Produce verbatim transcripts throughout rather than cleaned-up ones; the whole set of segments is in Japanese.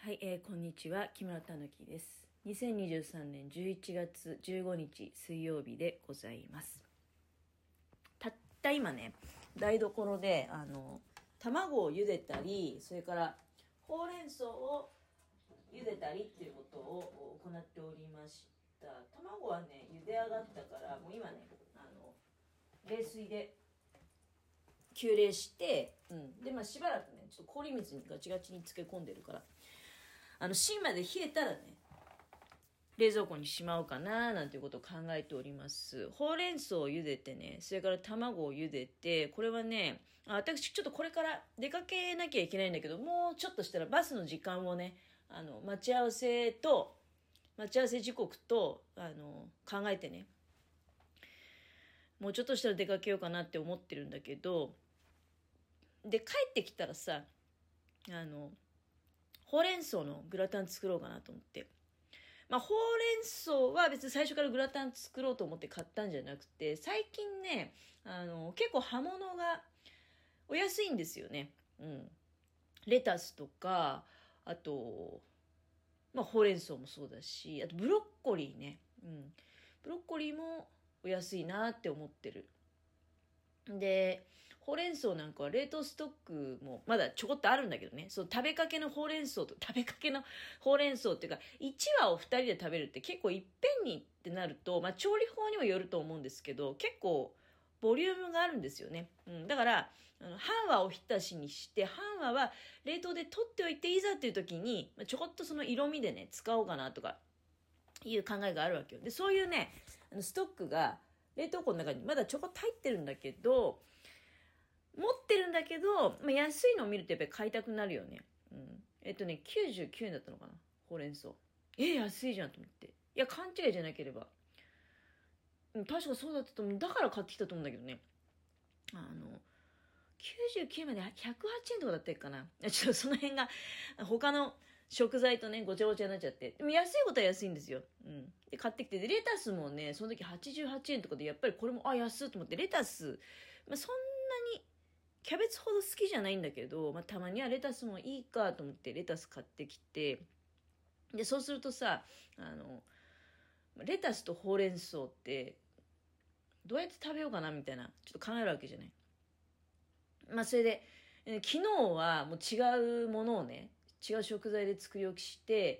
はい、えーこんにちは。木村たぬきです。にせんにじゅうさんねんじゅういちがつじゅうごにち水曜日でございます。たった今ね、台所であの卵を茹でたり、それからほうれん草を茹でたりっていうことを行っておりました。卵はね、茹で上がったから、もう今ね、あの冷水で急冷して、うん、でまあしばらくね、ちょっと氷水にガチガチに漬け込んでるから。あの芯まで冷えたらね、冷蔵庫にしまおうかななんていうことを考えております。ほうれん草を茹でてね、それから卵を茹でて、これはね、あ私ちょっとこれから出かけなきゃいけないんだけど、もうちょっとしたらバスの時間をね、あの待ち合わせと待ち合わせ時刻とあの考えてね、もうちょっとしたら出かけようかなって思ってるんだけど、で帰ってきたらさ、あのほうれん草のグラタン作ろうかなと思って。まあ、ほうれん草は別に最初からグラタン作ろうと思って買ったんじゃなくて、最近ね、あの、結構葉物がお安いんですよね。うん。レタスとか、あと、まあ、ほうれん草もそうだし、あとブロッコリーね。うん。ブロッコリーもお安いなって思ってる。で、ほうれん草なんかは冷凍ストックもまだちょこっとあるんだけどね、その食べかけのほうれん草と食べかけのほうれん草っていうか、いちわをふたりで食べるって結構いっぺんにってなると、まあ、調理法にもよると思うんですけど、結構ボリュームがあるんですよね。うん、だからあの半話を浸しにして半話は冷凍で取っておいて、いざっていう時にちょこっとその色味でね使おうかなとかいう考えがあるわけよ。でそういうね、あのストックが冷凍庫の中にまだちょこっと入ってるんだけど、持ってるんだけど、まあ、安いのを見るとやっぱり買いたくなるよね。うん。えっとね、きゅうじゅうきゅうえんだったのかな、ほうれん草。え、安いじゃんと思って。いや、勘違いじゃなければ。うん、確かそうだったと思う。だから買ってきたと思うんだけどね。あの、きゅうじゅうきゅうえんまでひゃくはちえんとかだったっけかな。ちょっとその辺が、他の食材とね、ごちゃごちゃになっちゃって。でも安いことは安いんですよ。うん。で、買ってきて、で、レタスもね、その時はちじゅうはちえんとかで、やっぱりこれも、あ、安いと思って、レタス、まあ、そんなに、キャベツほど好きじゃないんだけど、まあ、たまにはレタスもいいかと思ってレタス買ってきて、でそうするとさ、あのレタスとほうれん草ってどうやって食べようかなみたいなちょっと考えるわけじゃない。まあそれで、え昨日はもう違うものをね、違う食材で作り置きして、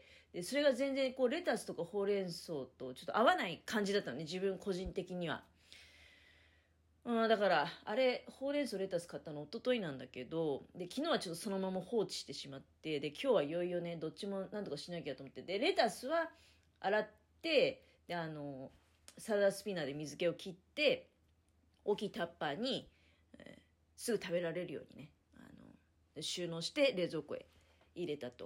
でそれが全然こうレタスとかほうれん草とちょっと合わない感じだったのね、自分個人的には。うん、だからあれほうれん草レタス買ったの一昨日なんだけど、で昨日はちょっとそのまま放置してしまって、で今日はいよいよね、どっちもなんとかしなきゃと思って、でレタスは洗って、であのサラダスピナーで水気を切って、大きいタッパーに、えーすぐ食べられるようにね、あの収納して冷蔵庫へ入れたと。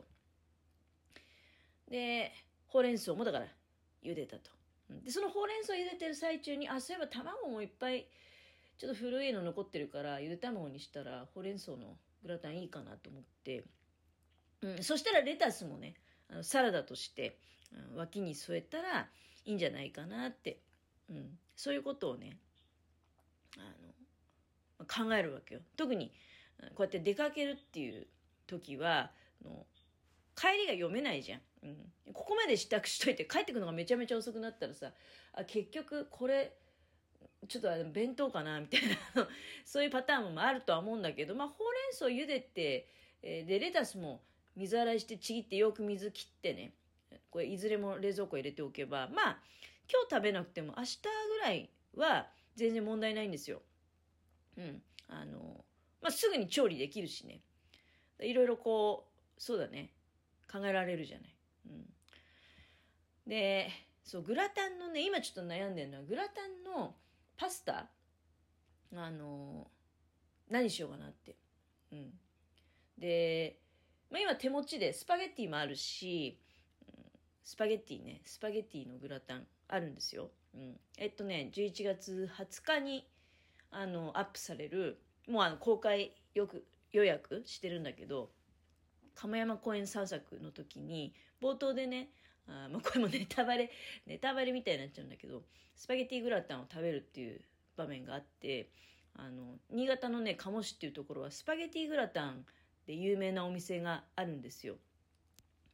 でほうれん草もだから茹でたと。でそのほうれん草茹でてる最中に、あそういえば卵もいっぱいちょっと古いの残ってるから、ゆで卵にしたらほうれん草のグラタンいいかなと思って、うん、そしたらレタスもね、あのサラダとして、うん、脇に添えたらいいんじゃないかなって、うん、そういうことをね、あの考えるわけよ。特にこうやって出かけるっていう時はあの帰りが読めないじゃん、うん、ここまで支度しといて帰ってくのがめちゃめちゃ遅くなったらさ、あ結局これちょっと弁当かなみたいなそういうパターンもあるとは思うんだけど、まあ、ほうれん草茹でて、えーでレタスも水洗いしてちぎってよく水切ってね、これいずれも冷蔵庫入れておけば、まあ今日食べなくても明日ぐらいは全然問題ないんですよ。うんあのまあ、すぐに調理できるしね、いろいろこうそうだね、考えられるじゃない。うん、でそうグラタンのね、今ちょっと悩んでるのはグラタンのパスタ、あの何しようかなって。うん。で、まあ、今手持ちでスパゲッティもあるし、うん、スパゲッティね、スパゲッティのグラタンあるんですよ。うん。えっとね、じゅういちがつはつかにあのアップされる、もうあの公開よく予約してるんだけど、亀山公園散策の時に冒頭でね、あまあこれもネタバレネタバレみたいになっちゃうんだけど、スパゲッティグラタンを食べるっていう場面があって、あの新潟のね鴨市っていうところはスパゲッティグラタンで有名なお店があるんですよ。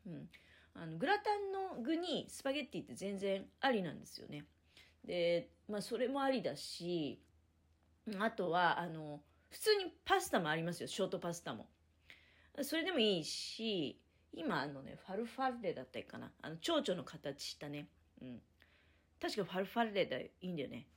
うん、あのグラタンの具にスパゲッティって全然ありなんですよね。で、まあそれもありだし、あとはあの普通にパスタもありますよ、ショートパスタも。それでもいいし、今あのねファルファルレだったりかな、あの蝶々の形したね、うん、確かファルファルレでいいんだよね。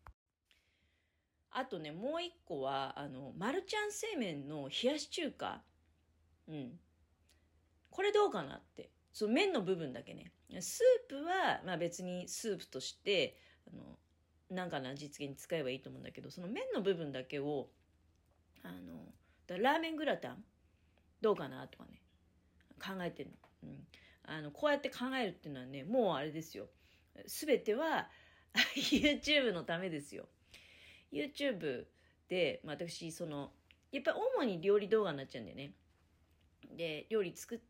あとね、もう一個はあのマルちゃん製麺の冷やし中華、うん、これどうかなって。その麺の部分だけね。スープは、まあ別にスープとして、あの、なんかの味付けに使えばいいと思うんだけど、その麺の部分だけを、あの、だラーメングラタンどうかなとかね、考えてるの。うん。あの、こうやって考えるっていうのはね、もうあれですよ。すべては YouTube のためですよ。YouTube で、まあ、私、その、やっぱり主に料理動画になっちゃうんだよね。で、料理作って、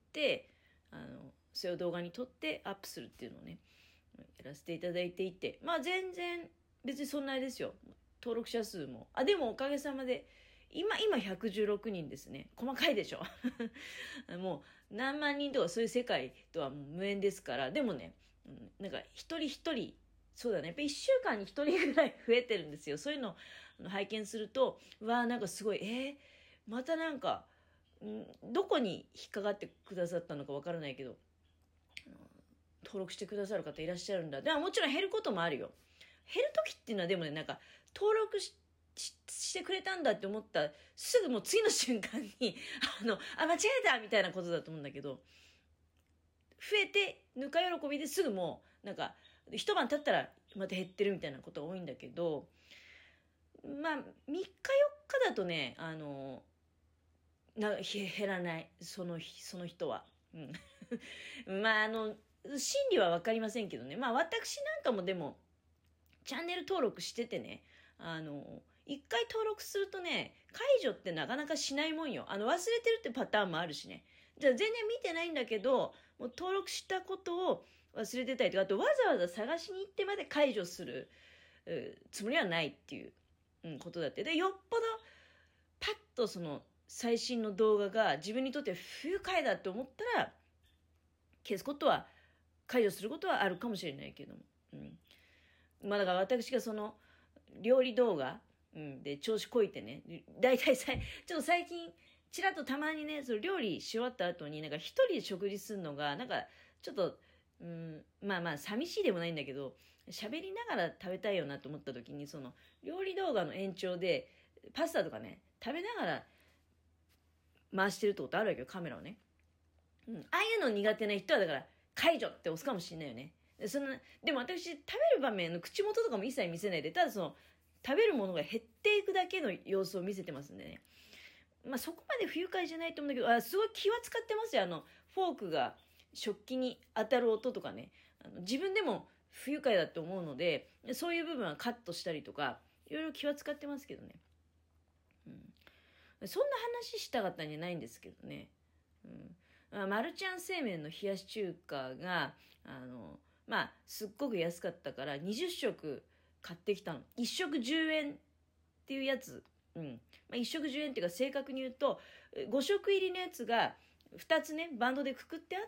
あの、それを動画に撮ってアップするっていうのをね、やらせていただいていて、まあ全然別にそんなにですよ。登録者数も。あ、でもおかげさまで、今、今ひゃくじゅうろくにんですね。細かいでしょ。もう何万人とかそういう世界とはもう無縁ですから、でもね、うん、なんか一人一人、そうだね、やっぱいっしゅうかんにひとりぐらい増えてるんですよ。そういうのを拝見すると、うわーなんかすごい、えー、またなんか、んどこに引っかかってくださったのかわからないけど、登録してくださる方いらっしゃるんだ。でももちろん減ることもあるよ。減る時っていうのはでもね、なんか登録しししてくれたんだって思ったすぐもう次の瞬間にあのあ間違えたみたいなことだと思うんだけど、増えてぬか喜びですぐもうなんか一晩経ったらまた減ってるみたいなことが多いんだけど、まあみっかよっかだとね、あのな減らない、そのその人は。うん、まああの心理は分かりませんけどね。まあ私なんかもでもチャンネル登録しててね、あの一回登録するとね、解除ってなかなかしないもんよ。あの忘れてるってパターンもあるしね。じゃあ全然見てないんだけど、もう登録したことを忘れてたりとか、あとわざわざ探しに行ってまで解除するつもりはないっていう、うん、ことだって。で、よっぽどパッとその最新の動画が自分にとって不愉快だって思ったら消すことは、解除することはあるかもしれないけども、うん、まあだから私がその料理動画、うん、で調子こいてね、大体さいちょっと最近ちらっとたまにね、その料理し終わった後になんか一人で食事するのがなんかちょっと、うん、まあまあ寂しいでもないんだけど、喋りながら食べたいよなと思った時に、その料理動画の延長でパスタとかね食べながら回してるってことあるわけよ、カメラをね。うん、ああいうの苦手な人はだから解除って押すかもしれないよね。でそのでも私食べる場面の口元とかも一切見せないで、ただその食べるものが減っていくだけの様子を見せてますんでね。まあそこまで不愉快じゃないと思うんだけど、あすごい気は使ってますよ。あのフォークが食器に当たる音とかね、あの自分でも不愉快だと思うので、そういう部分はカットしたりとかいろいろ気は使ってますけどね。うん、そんな話したかったんじゃないんですけどね。うんまあ、マルちゃん製麺の冷やし中華があのまあすっごく安かったからにじゅっ食買ってきたの。いっ食じゅうえんっていうやつ、うんまあ、いっ食じゅうえんっていうか、正確に言うとご食入りのやつがふたつねバンドでくくってあって、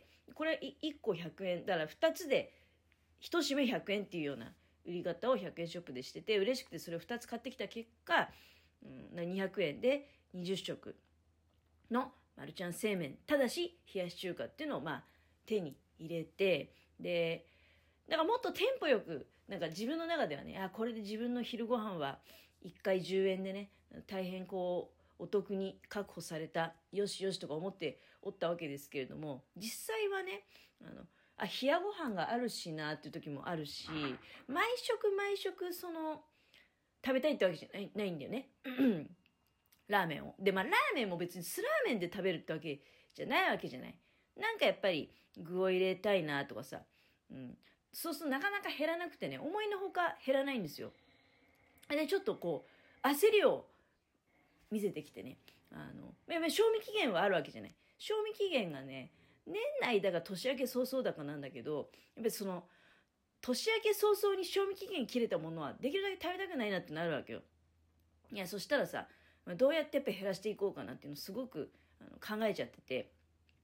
これいっこひゃくえんだからふたつでいち締めひゃくえんっていうような売り方をひゃくえんショップでしてて、嬉しくてそれをふたつ買ってきた結果、うん、にひゃくえんでにじゅっ食のマルちゃん製麺、ただし冷やし中華っていうのをまあ手に入れて、でだからもっとテンポよくなんか自分の中ではね、あこれで自分の昼ご飯はいっかいじゅうえんでね、大変こうお得に確保された、よしよしとか思っておったわけですけれども、実際はね、あのあ冷やご飯があるしなっていう時もあるし、毎食毎食その食べたいってわけじゃない、ないんだよねラーメンを。でまあラーメンも別に酢ラーメンで食べるってわけじゃないわけじゃない。なんかやっぱり具を入れたいなとかさ、うん、そうするとなかなか減らなくてね、思いのほか減らないんですよ。でちょっとこう焦りを見せてきてね、あの賞味期限はあるわけじゃない。賞味期限がね、年内だが年明け早々だかなんだけど、やっぱりその年明け早々に賞味期限切れたものはできるだけ食べたくないなってなるわけよ。いやそしたらさ、どうやってやっぱ減らしていこうかなっていうのをすごくあの考えちゃってて、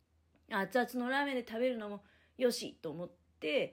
熱々のラーメンで食べるのもよしと思って、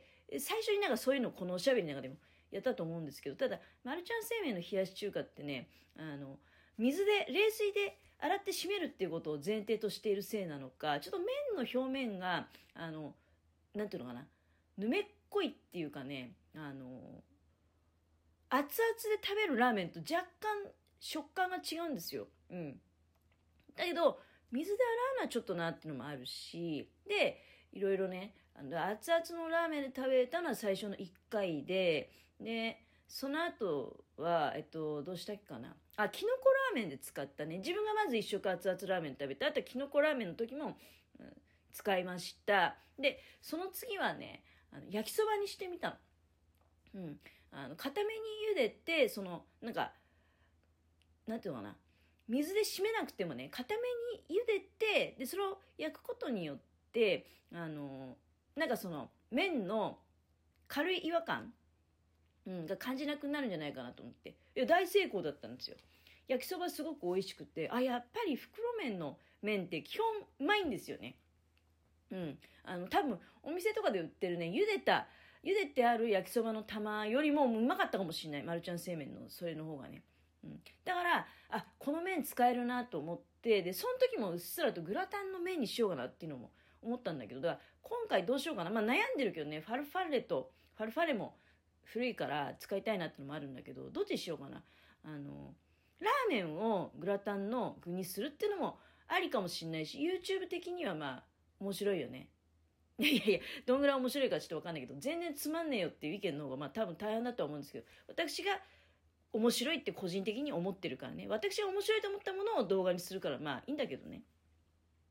最初になんかそういうのこのおしゃべりの中でもやったと思うんですけど、ただマルちゃん製麺の冷やし中華ってね、あの水で冷水で洗って締めるっていうことを前提としているせいなのか、ちょっと麺の表面があのなんていうのかな、ぬめっこいっていうかね、あの熱々で食べるラーメンと若干食感が違うんですよ。うん。だけど水で洗うのはちょっとなっていうのもあるし、でいろいろね、あの熱々のラーメンで食べたのは最初のいっかいで、でその後はえっとどうしたっけかな、あ、きのこラーメンで使ったね、自分がまず一食熱々ラーメン食べて、あとはきのこラーメンの時も、うん、使いました。でその次はね、あの焼きそばにしてみたの。うん、あの固めに茹でて、そのなんかなんていうのかな、水で締めなくてもね、固めに茹でて、でそれを焼くことによって、あのなんかその麺の軽い違和感、うん、が感じなくなるんじゃないかなと思って、いや大成功だったんですよ。焼きそばすごく美味しくて、あ、やっぱり袋麺の麺って基本うまいんですよね。うん、あの多分お店とかで売ってるね、茹でた茹でてある焼きそばの玉よりもうまかったかもしれない、マルちゃん製麺のそれの方がね。うん、だからあ、この麺使えるなと思って、でその時もうっすらとグラタンの麺にしようかなっていうのも思ったんだけど、だから今回どうしようかな、まあ、悩んでるけどね、ファルファレとファルファレも古いから使いたいなってのもあるんだけど、どっちにしようかな。あのラーメンをグラタンの具にするっていうのもありかもしれないし、 YouTube 的にはまあ面白いよね。いやいやいや、どんぐらい面白いかちょっと分かんないけど、全然つまんねえよっていう意見の方がまあ多分大半だとは思うんですけど、私が面白いって個人的に思ってるからね、私が面白いと思ったものを動画にするからまあいいんだけどね。